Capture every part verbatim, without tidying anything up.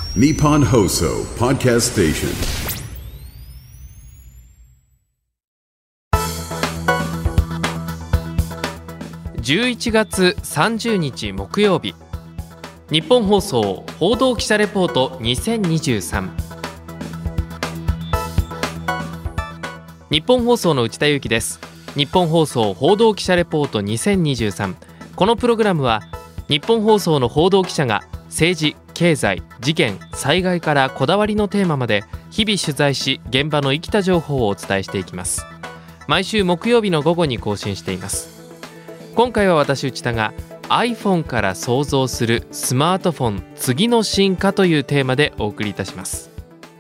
Nippon Hoso Podcast Station。 じゅういちがつさんじゅうにち木曜日、日本放送報道記者レポートにせんにじゅうさん。日本放送の内田裕樹です。日本放送報道記者レポートにせんにじゅうさん。このプログラムは日本放送の報道記者が政治、経済、事件、災害からこだわりのテーマまで日々取材し、現場の生きた情報をお伝えしていきます。毎週木曜日の午後に更新しています。今回は私内田が iPhone から想像するスマートフォン次の進化というテーマでお送りいたします。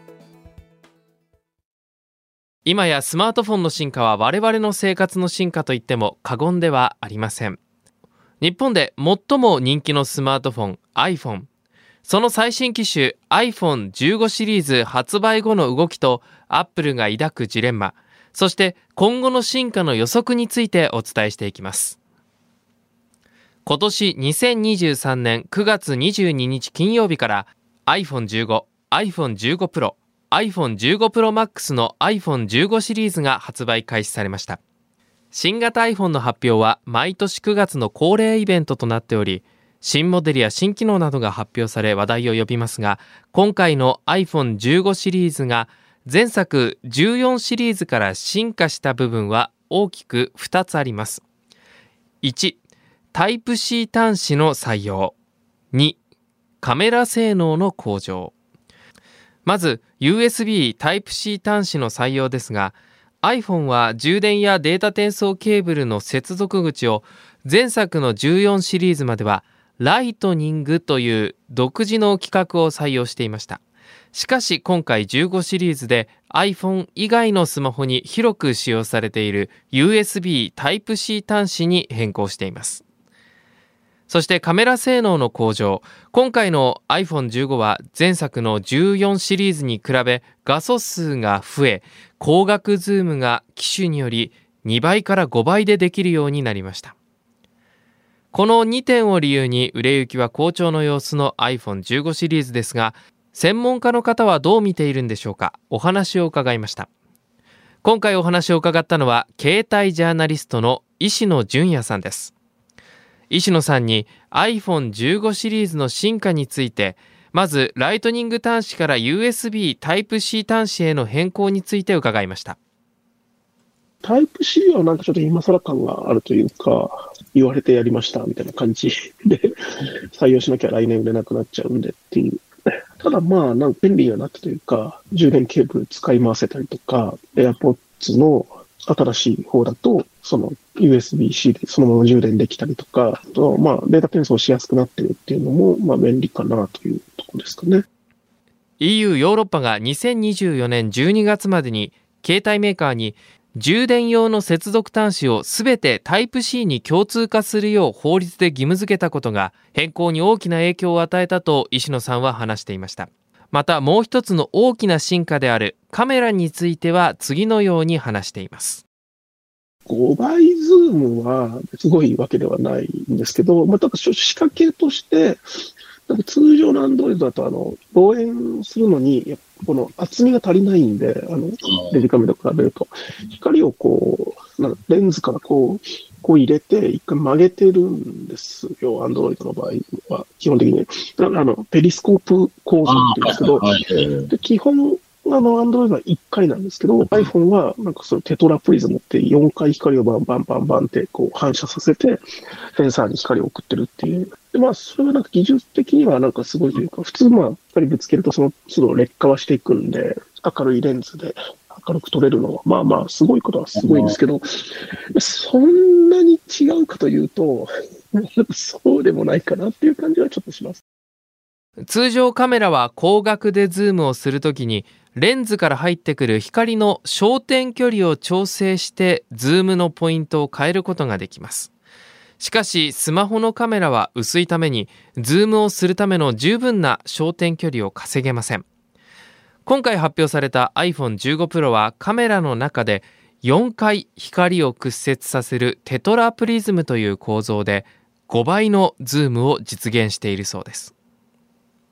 今やスマートフォンの進化は我々の生活の進化といっても過言ではありません。日本で最も人気のスマートフォン iPhone、 その最新機種 アイフォンじゅうご シリーズ発売後の動きと Apple が抱くジレンマ、そして今後の進化の予測についてお伝えしていきます。今年にせんにじゅうさんねんくがつにじゅうににち金曜日から アイフォンじゅうご、アイフォンじゅうご Pro、アイフォンじゅうご Pro Max の アイフォンじゅうご シリーズが発売開始されました。新型 iPhone の発表は毎年くがつの恒例イベントとなっており、新モデルや新機能などが発表され話題を呼びますが、今回の アイフォンじゅうご シリーズが前作じゅうよんシリーズから進化した部分は大きくふたつあります。いち、タイプ C 端子の採用。に、カメラ性能の向上。まず ユーエスビー タイプ C 端子の採用ですが、 iPhone は充電やデータ転送ケーブルの接続口を前作のじゅうよんシリーズまではライトニングという独自の規格を採用していました。しかし今回じゅうごシリーズで iPhone 以外のスマホに広く使用されている ユーエスビー タイプ C 端子に変更しています。そしてカメラ性能の向上。今回の アイフォンじゅうご は前作のじゅうよんシリーズに比べ画素数が増え、光学ズームが機種によりにばいからごばいでできるようになりました。このにてんを理由に売れ行きは好調の様子の アイフォンじゅうご シリーズですが、専門家の方はどう見ているんでしょうか。お話を伺いました。今回お話を伺ったのは携帯ジャーナリストの石野純也さんです。石野さんに アイフォンじゅうご シリーズの進化について、まずライトニング端子から ユーエスビー タイプ C 端子への変更について伺いました。 タイプ C はなんかちょっと今更感があるというか、言われてやりましたみたいな感じで採用しなきゃ来年売れなくなっちゃうんでっていう。ただまあなんか便利にはなったというか、充電ケーブル使い回せたりとか、AirPods の新しい方だとその ユーエスビー-C でそのまま充電できたりとか、あとまあデータ転送しやすくなってるっていうのもまあ便利かなというところですかね。 イーユー ヨーロッパがにせんにじゅうよねんじゅうにがつまでに携帯メーカーに充電用の接続端子をすべてタイプ C に共通化するよう法律で義務付けたことが変更に大きな影響を与えたと石野さんは話していました。またもう一つの大きな進化であるカメラについては次のように話しています。 ごばいズームはすごいわけではないんですけど、まあ、ただ仕掛けとして、通常の Android だとあの望遠するのにこの厚みが足りないんで、あのデジカメと比べると光をこうなんかレンズからこうこう入れて一回曲げてるんですよ。Android の場合は基本的にあのペリスコープ構造って言うんですけど、で基本あの、Android はいっかいなんですけど、iPhone はなんかそのテトラプリズムってよんかい光をバンバンバンバンってこう反射させて、センサーに光を送ってるっていう。で、まあ、それはなんか技術的にはなんかすごいというか、普通まあ、光ぶつけるとその都度劣化はしていくんで、明るいレンズで明るく撮れるのは、まあまあ、すごいことはすごいんですけど、そんなに違うかというと、そうでもないかなっていう感じはちょっとします。 通常カメラは光学でズームをするときにレンズから入ってくる光の焦点距離を調整してズームのポイントを変えることができます。しかしスマホのカメラは薄いためにズームをするための十分な焦点距離を稼げません。今回発表された アイフォンじゅうご Pro はカメラの中でよんかい光を屈折させるテトラプリズムという構造でごばいのズームを実現しているそうです。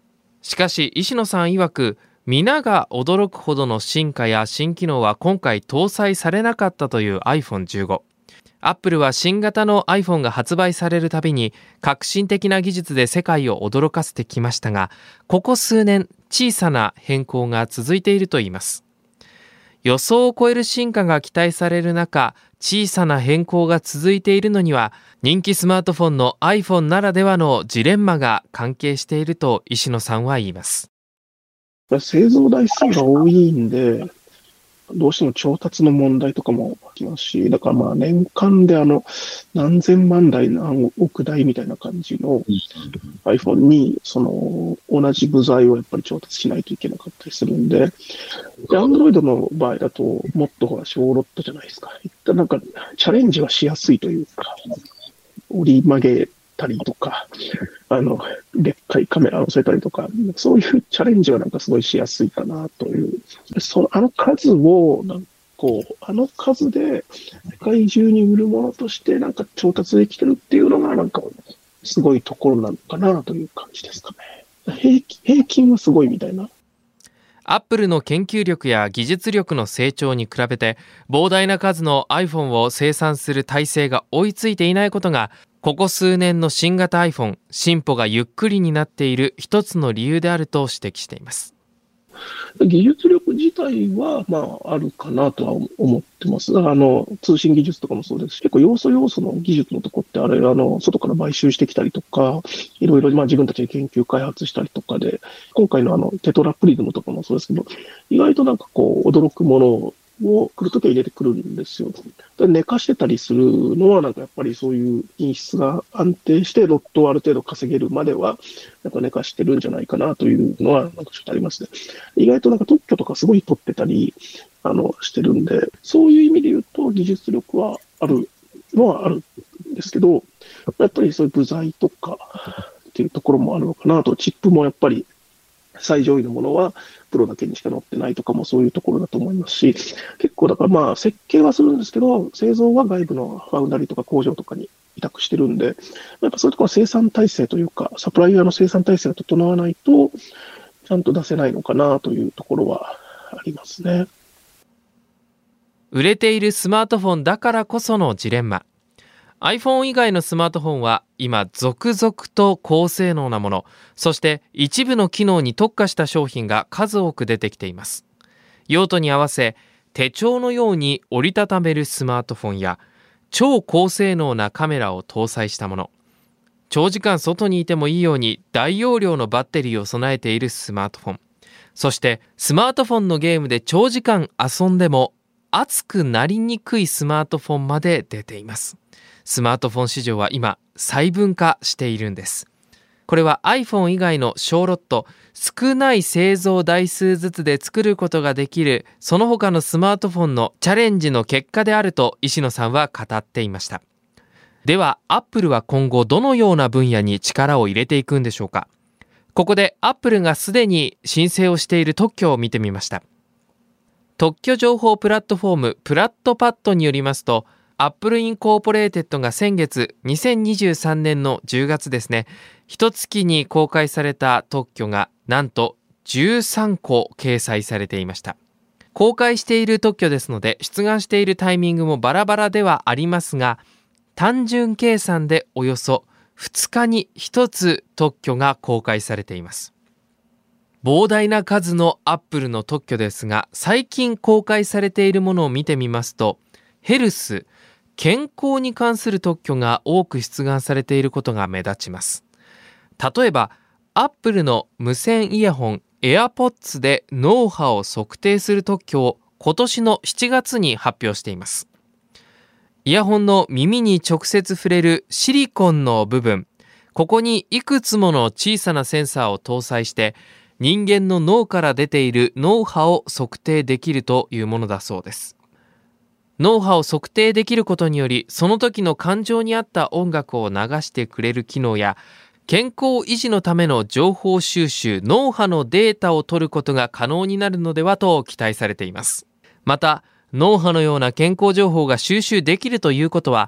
しかし石野さん曰く、皆が驚くほどの進化や新機能は今回搭載されなかったという アイフォンじゅうご。アップルは新型の iPhone が発売されるたびに革新的な技術で世界を驚かせてきましたが、ここ数年小さな変更が続いているといいます。予想を超える進化が期待される中、小さな変更が続いているのには、人気スマートフォンの iPhone ならではのジレンマが関係していると石野さんは言います。 製造台数が多いんで、どうしても調達の問題とかも起きますし、だからまあ年間であの何千万台何億台みたいな感じの iPhone にその同じ部材をやっぱり調達しないといけなかったりするんで、で Android の場合だともっとほら小ロットじゃないですか。いったなんかチャレンジはしやすいというか、折り曲げたりとか、あの、でっかいカメラを載せたりとか、そういうチャレンジはなんかすごいしやすいかなという。その、あの数を、なんかこう、あの数で世界中に売るものとしてなんか調達できてるっていうのがなんかすごいところなのかなという感じですかね。平均、平均はすごいみたいな。 アップルの研究力や技術力の成長に比べて膨大な数の iPhone を生産する体制が追いついていないことが、ここ数年の新型 iPhone 進歩がゆっくりになっている一つの理由であると指摘しています。 技術力自体は、まあ、あるかなとは思ってます。だから、あの、通信技術とかもそうですし、結構要素要素の技術のとこって、あれ、あの、外から買収してきたりとか、いろいろ、まあ自分たちで研究開発したりとかで、今回のあの、テトラプリズムとかもそうですけど、意外となんかこう、驚くものを、を来るときは入れてくるんですよ。で寝かしてたりするのは、なんかやっぱりそういう品質が安定して、ロットをある程度稼げるまでは、なんか寝かしてるんじゃないかなというのは、なんかちょっとありますね。意外となんか特許とかすごい取ってたり、あの、してるんで、そういう意味で言うと技術力はあるのはあるんですけど、やっぱりそういう部材とかっていうところもあるのかなと、チップもやっぱり最上位のものはプロだけにしか載ってないとかもそういうところだと思いますし、結構だからまあ設計はするんですけど、製造は外部のファウンダリーとか工場とかに委託してるんで、やっぱそういうところは生産体制というか、サプライヤーの生産体制が整わないと、ちゃんと出せないのかなというところはありますね。 売れているスマートフォンだからこそのジレンマ。iPhone 以外のスマートフォンは今続々と高性能なもの、そして一部の機能に特化した商品が数多く出てきています。用途に合わせ手帳のように折りたためるスマートフォンや超高性能なカメラを搭載したもの、長時間外にいてもいいように大容量のバッテリーを備えているスマートフォン、そしてスマートフォンのゲームで長時間遊んでも熱くなりにくいスマートフォンまで出ています。スマートフォン市場は今細分化しているんです。これは iPhone 以外の小ロット、少ない製造台数ずつで作ることができるその他のスマートフォンのチャレンジの結果であると石野さんは語っていました。では Apple は今後どのような分野に力を入れていくんでしょうか。ここで Apple がすでに申請をしている特許を見てみました。特許情報プラットフォームプラットパッドによりますと、アップルインコーポレーテッドが先月にせんにじゅうさんねんのじゅうがつですね、一月に公開された特許がなんとじゅうさんこ掲載されていました。公開している特許ですので出願しているタイミングもバラバラではありますが、単純計算でおよそふつかにひとつ特許が公開されています。膨大な数のアップルの特許ですが、最近公開されているものを見てみますと、ヘルス、健康に関する特許が多く出願されていることが目立ちます。例えば、アップルの無線イヤホン AirPods で脳波を測定する特許を今年のしちがつに発表しています。イヤホンの耳に直接触れるシリコンの部分、ここにいくつもの小さなセンサーを搭載して人間の脳から出ている脳波を測定できるというものだそうです。脳波を測定できることにより、その時の感情に合った音楽を流してくれる機能や、健康維持のための情報収集、脳波のデータを取ることが可能になるのではと期待されています。また、脳波のような健康情報が収集できるということは、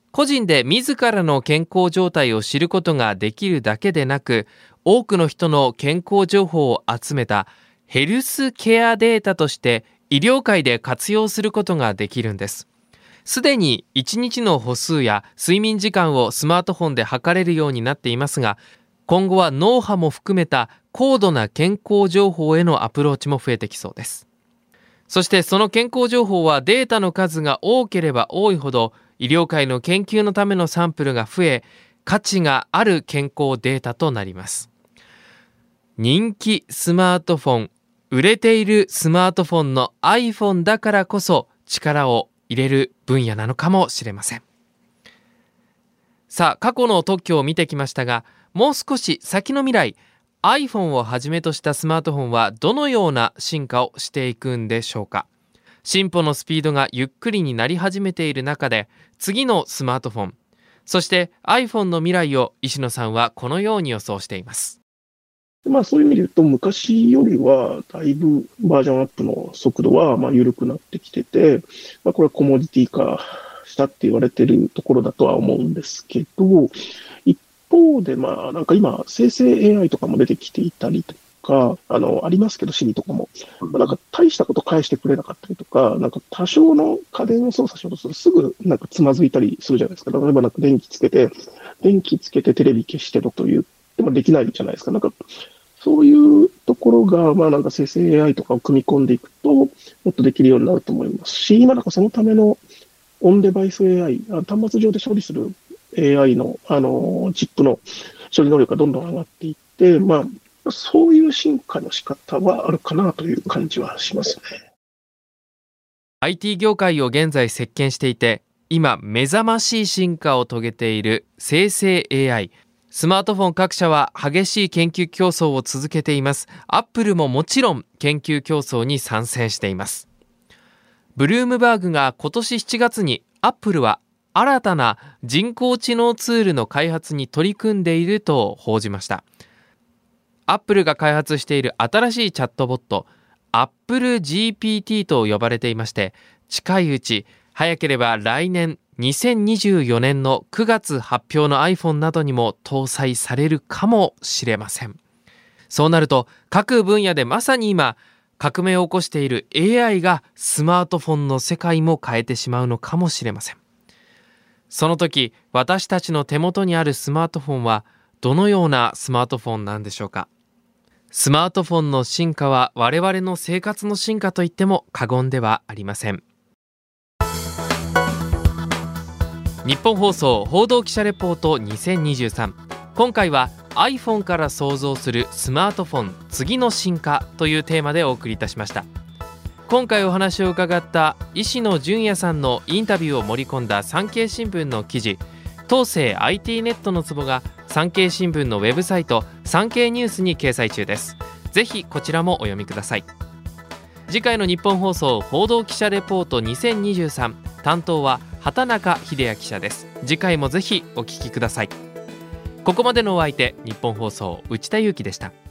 個人で自らの健康状態を知ることができるだけでなく、多くの人の健康情報を集めたヘルスケアデータとして医療界で活用することができるんです。すでにいちにちの歩数や睡眠時間をスマートフォンで測れるようになっていますが、今後は脳波も含めた高度な健康情報へのアプローチも増えてきそうです。そしてその健康情報はデータの数が多ければ多いほど、医療界の研究のためのサンプルが増え、価値がある健康データとなります。人気スマートフォン、売れているスマートフォンの iPhone だからこそ力を入れる分野なのかもしれません。さあ、過去の特許を見てきましたが、もう少し先の未来、iPhone をはじめとしたスマートフォンはどのような進化をしていくんでしょうか。進歩のスピードがゆっくりになり始めている中で、次のスマートフォン、そして iPhone の未来を石野さんはこのように予想しています。 まあそういう意味で言うと、昔よりはだいぶバージョンアップの速度はまあ緩くなってきてて、まあ、これはコモディティ化したって言われてるところだとは思うんですけど、一方でまあなんか今生成 エーアイ とかも出てきていたりとか、あの、ありますけど Siri とかも、まあ、なんか大したこと返してくれなかったりとか、なんか多少の家電を操作しようとするとすぐなんかつまずいたりするじゃないですか。例えばなんか電気つけて、電気つけてテレビ消してとという、でもできないじゃないですか。なんかそういうところが、まあなんか生成 エーアイ とかを組み込んでいくと、もっとできるようになると思いますし、今なんかそのためのオンデバイス エーアイ、端末上で処理する エーアイ の、あの、チップの処理能力がどんどん上がっていって、まあ、そういう進化の仕方はあるかなという感じはしますね。 アイティー 業界を現在席巻していて、今目覚ましい進化を遂げている生成 エーアイ。スマートフォン各社は激しい研究競争を続けています。アップルももちろん研究競争に参戦しています。ブルームバーグが今年しちがつにアップルは新たな人工知能ツールの開発に取り組んでいると報じました。アップルが開発している新しいチャットボット、アップル ジーピーティー と呼ばれていまして、近いうち早ければ来年にせんにじゅうよねんのくがつ発表の iPhone などにも搭載されるかもしれません。そうなると各分野でまさに今革命を起こしている エーアイ がスマートフォンの世界も変えてしまうのかもしれません。その時私たちの手元にあるスマートフォンはどのようなスマートフォンなんでしょうか。スマートフォンの進化は我々の生活の進化と言っても過言ではありません。日本放送報道記者レポートにせんにじゅうさん、今回は iPhone から想像するスマートフォン次の進化というテーマでお送りいたしました。今回お話を伺った石野純也さんのインタビューを盛り込んだ産経新聞の記事、東西 アイティー ネットのツボが産経新聞のウェブサイト産経ニュースに掲載中です。ぜひこちらもお読みください。次回の日本放送報道記者レポートにせんにじゅうさん、担当は畑中秀也記者です。次回もぜひお聞きください。ここまでのお相手、日本放送内田裕樹でした。